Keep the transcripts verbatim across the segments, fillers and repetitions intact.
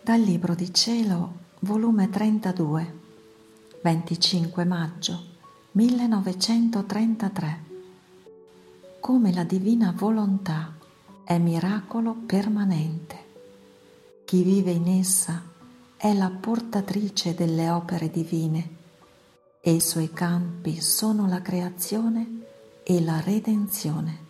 Dal Libro di Cielo, volume trentadue, venticinque maggio millenovecentotrentatré. Come la divina volontà è miracolo permanente. Chi vive in essa è la portatrice delle opere divine e i suoi campi sono la creazione e la redenzione.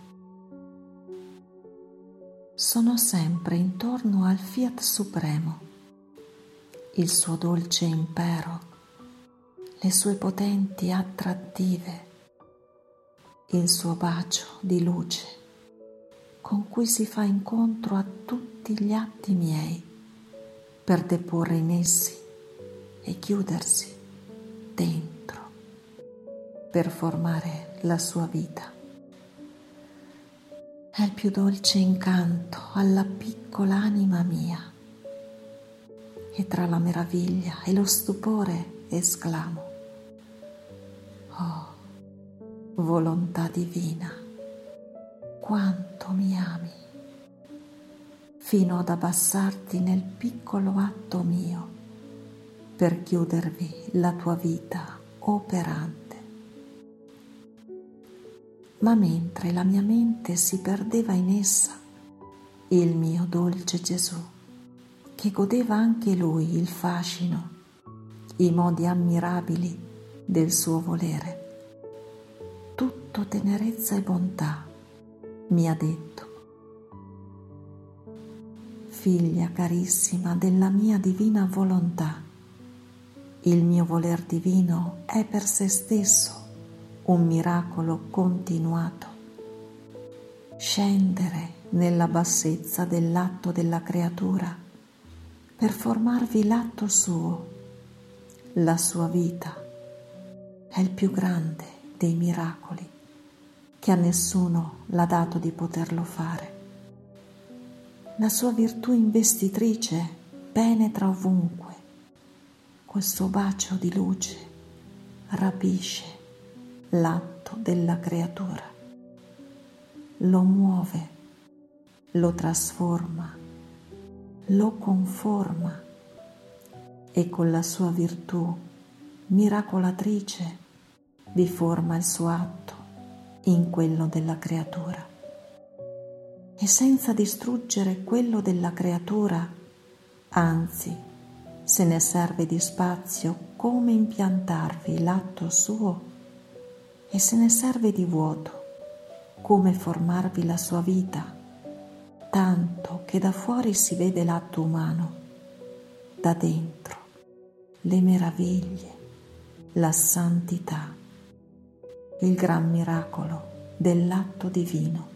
Sono sempre intorno al Fiat Supremo, il suo dolce impero, le sue potenti attrattive, il suo bacio di luce con cui si fa incontro a tutti gli atti miei per deporre in essi e chiudersi dentro per formare la sua vita. È il più dolce incanto alla piccola anima mia e tra la meraviglia e lo stupore esclamo: oh, volontà divina, quanto mi ami, fino ad abbassarti nel piccolo atto mio per chiudervi la tua vita operante. Ma mentre la mia mente si perdeva in essa, il mio dolce Gesù, che godeva anche lui il fascino, i modi ammirabili del suo volere, tutto tenerezza e bontà, mi ha detto: figlia carissima della mia divina volontà, il mio voler divino è per se stesso un miracolo continuato. Scendere nella bassezza dell'atto della creatura per formarvi l'atto suo, la sua vita, è il più grande dei miracoli che a nessuno l'ha dato di poterlo fare. La sua virtù investitrice penetra ovunque, col suo bacio di luce rapisce l'atto della creatura, lo muove, lo trasforma, lo conforma e con la sua virtù miracolatrice vi forma il suo atto in quello della creatura. E senza distruggere quello della creatura, anzi, se ne serve di spazio come impiantarvi l'atto suo, e se ne serve di vuoto come formarvi la sua vita, tanto che da fuori si vede l'atto umano, da dentro le meraviglie, la santità, il gran miracolo dell'atto divino.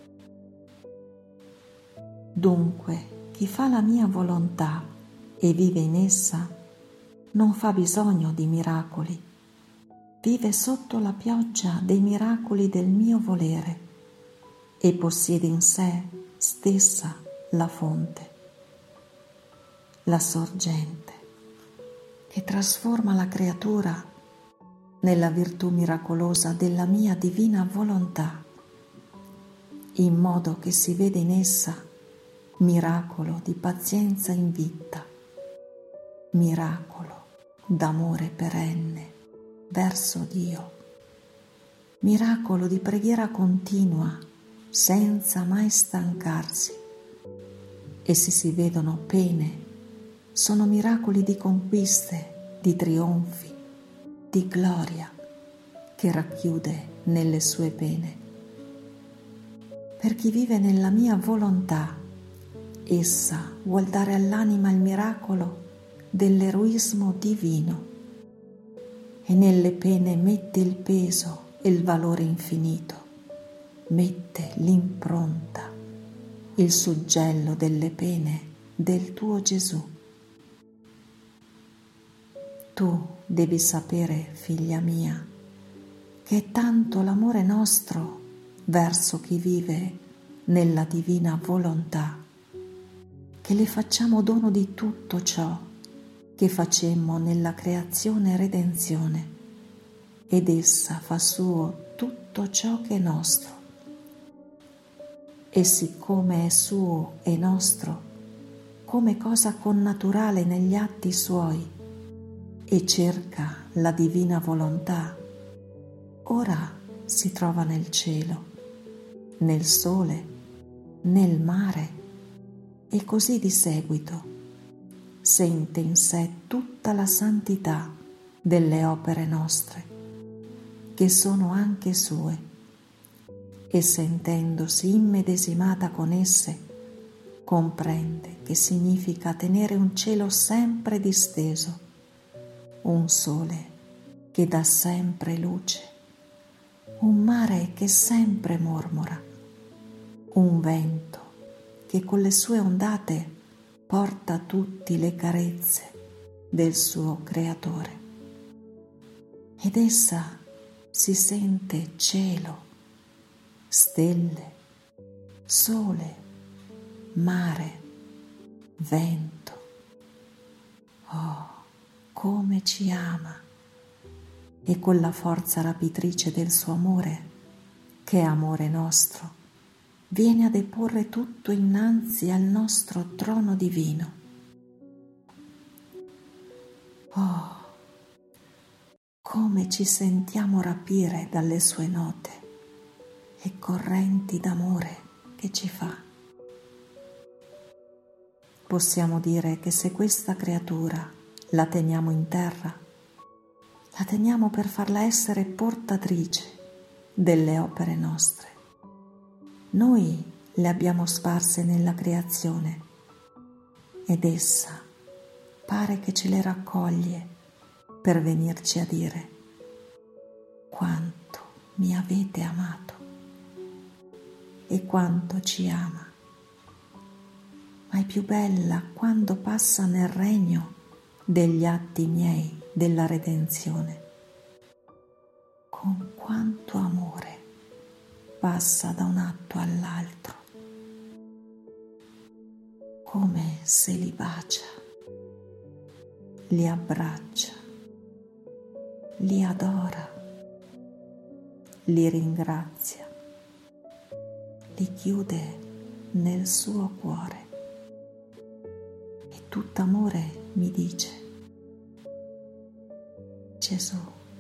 Dunque, chi fa la mia volontà e vive in essa non fa bisogno di miracoli, vive sotto la pioggia dei miracoli del mio volere e possiede in sé stessa la fonte, la sorgente che trasforma la creatura nella virtù miracolosa della mia divina volontà, in modo che si vede in essa miracolo di pazienza invitta, miracolo d'amore perenne verso Dio, miracolo di preghiera continua senza mai stancarsi. Essi si vedono pene, sono miracoli di conquiste, di trionfi, di gloria che racchiude nelle sue pene. Per chi vive nella mia volontà, essa vuol dare all'anima il miracolo dell'eroismo divino e nelle pene mette il peso e il valore infinito, mette l'impronta, il suggello delle pene del tuo Gesù. Tu devi sapere, figlia mia, che è tanto l'amore nostro verso chi vive nella divina volontà, che le facciamo dono di tutto ciò che facemmo nella creazione e redenzione, ed essa fa suo tutto ciò che è nostro. E siccome è suo e nostro, come cosa connaturale negli atti suoi e cerca la divina volontà, ora si trova nel cielo, nel sole, nel mare e così di seguito sente in sé tutta la santità delle opere nostre, che sono anche sue, e sentendosi immedesimata con esse, comprende che significa tenere un cielo sempre disteso, un sole che dà sempre luce, un mare che sempre mormora, un vento che con le sue ondate porta tutte le carezze del suo creatore. Ed essa si sente cielo, stelle, sole, mare, vento. Oh, come ci ama! E con la forza rapitrice del suo amore, che è amore nostro, viene a deporre tutto innanzi al nostro trono divino. Oh, come ci sentiamo rapire dalle sue note e correnti d'amore che ci fa. Possiamo dire che se questa creatura la teniamo in terra, la teniamo per farla essere portatrice delle opere nostre. Noi le abbiamo sparse nella creazione ed essa pare che ce le raccoglie per venirci a dire quanto mi avete amato e quanto ci ama. Ma è più bella quando passa nel regno degli atti miei della redenzione. Con quanto amore passa da un atto all'altro, come se li bacia, li abbraccia, li adora, li ringrazia, li chiude nel suo cuore e tutto amore mi dice: Gesù,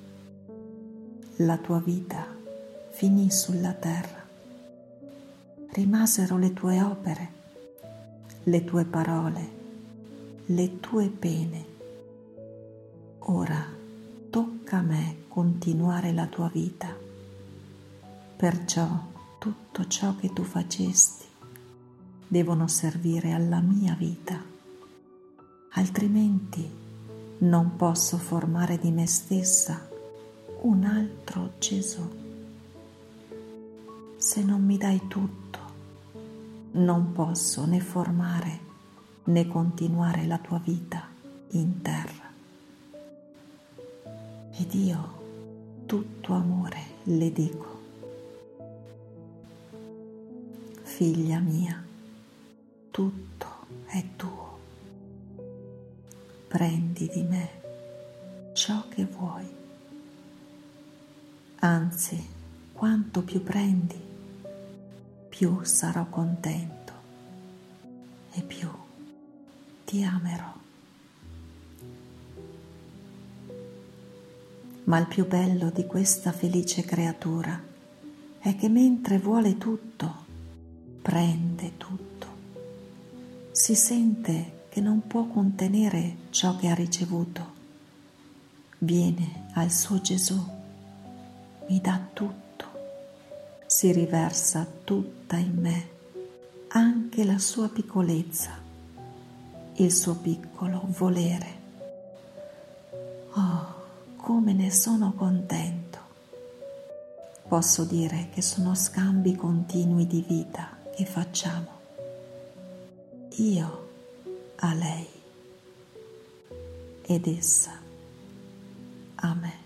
la tua vita finì sulla terra, rimasero le tue opere, le tue parole, le tue pene. Ora tocca a me continuare la tua vita. Perciò tutto ciò che tu facesti devono servire alla mia vita, altrimenti non posso formare di me stessa un altro Gesù. Se non mi dai tutto, non posso né formare né continuare la tua vita in terra. Ed io, tutto amore, le dico: figlia mia, tutto è tuo. Prendi di me ciò che vuoi. Anzi, quanto più prendi, più sarò contento e più ti amerò. Ma il più bello di questa felice creatura è che mentre vuole tutto, prende tutto, si sente che non può contenere ciò che ha ricevuto, viene al suo Gesù, mi dà tutto, si riversa tutta in me, anche la sua piccolezza, il suo piccolo volere. Oh, come ne sono contento! Posso dire che sono scambi continui di vita che facciamo, io a lei ed essa a me.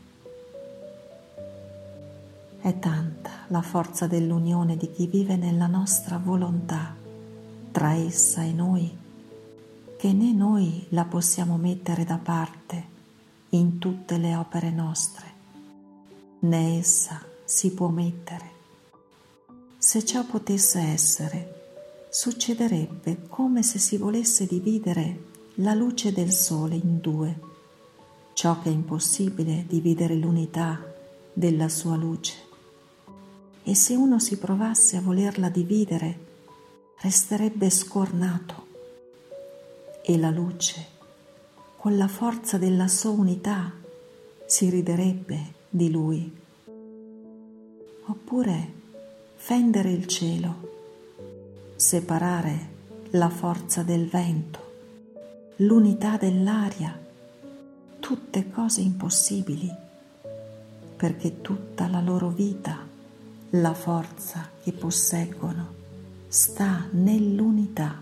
È tanta la forza dell'unione di chi vive nella nostra volontà tra essa e noi, che né noi la possiamo mettere da parte in tutte le opere nostre, né essa si può mettere. Se ciò potesse essere, succederebbe come se si volesse dividere la luce del sole in due, ciò che è impossibile dividere l'unità della sua luce. E se uno si provasse a volerla dividere, resterebbe scornato e la luce, con la forza della sua unità, si riderebbe di lui. Oppure fendere il cielo, separare la forza del vento, l'unità dell'aria, tutte cose impossibili, perché tutta la loro vita, la forza che posseggono, sta nell'unità.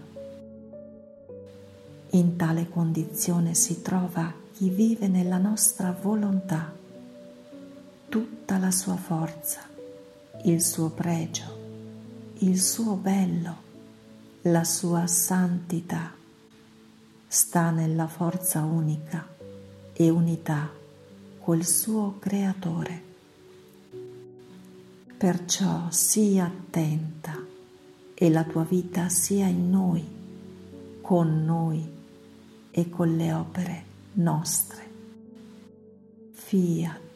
In tale condizione si trova chi vive nella nostra volontà, tutta la sua forza, il suo pregio, il suo bello, la sua santità, sta nella forza unica e unità col suo Creatore. Perciò sii attenta e la tua vita sia in noi, con noi e con le opere nostre. Fiat.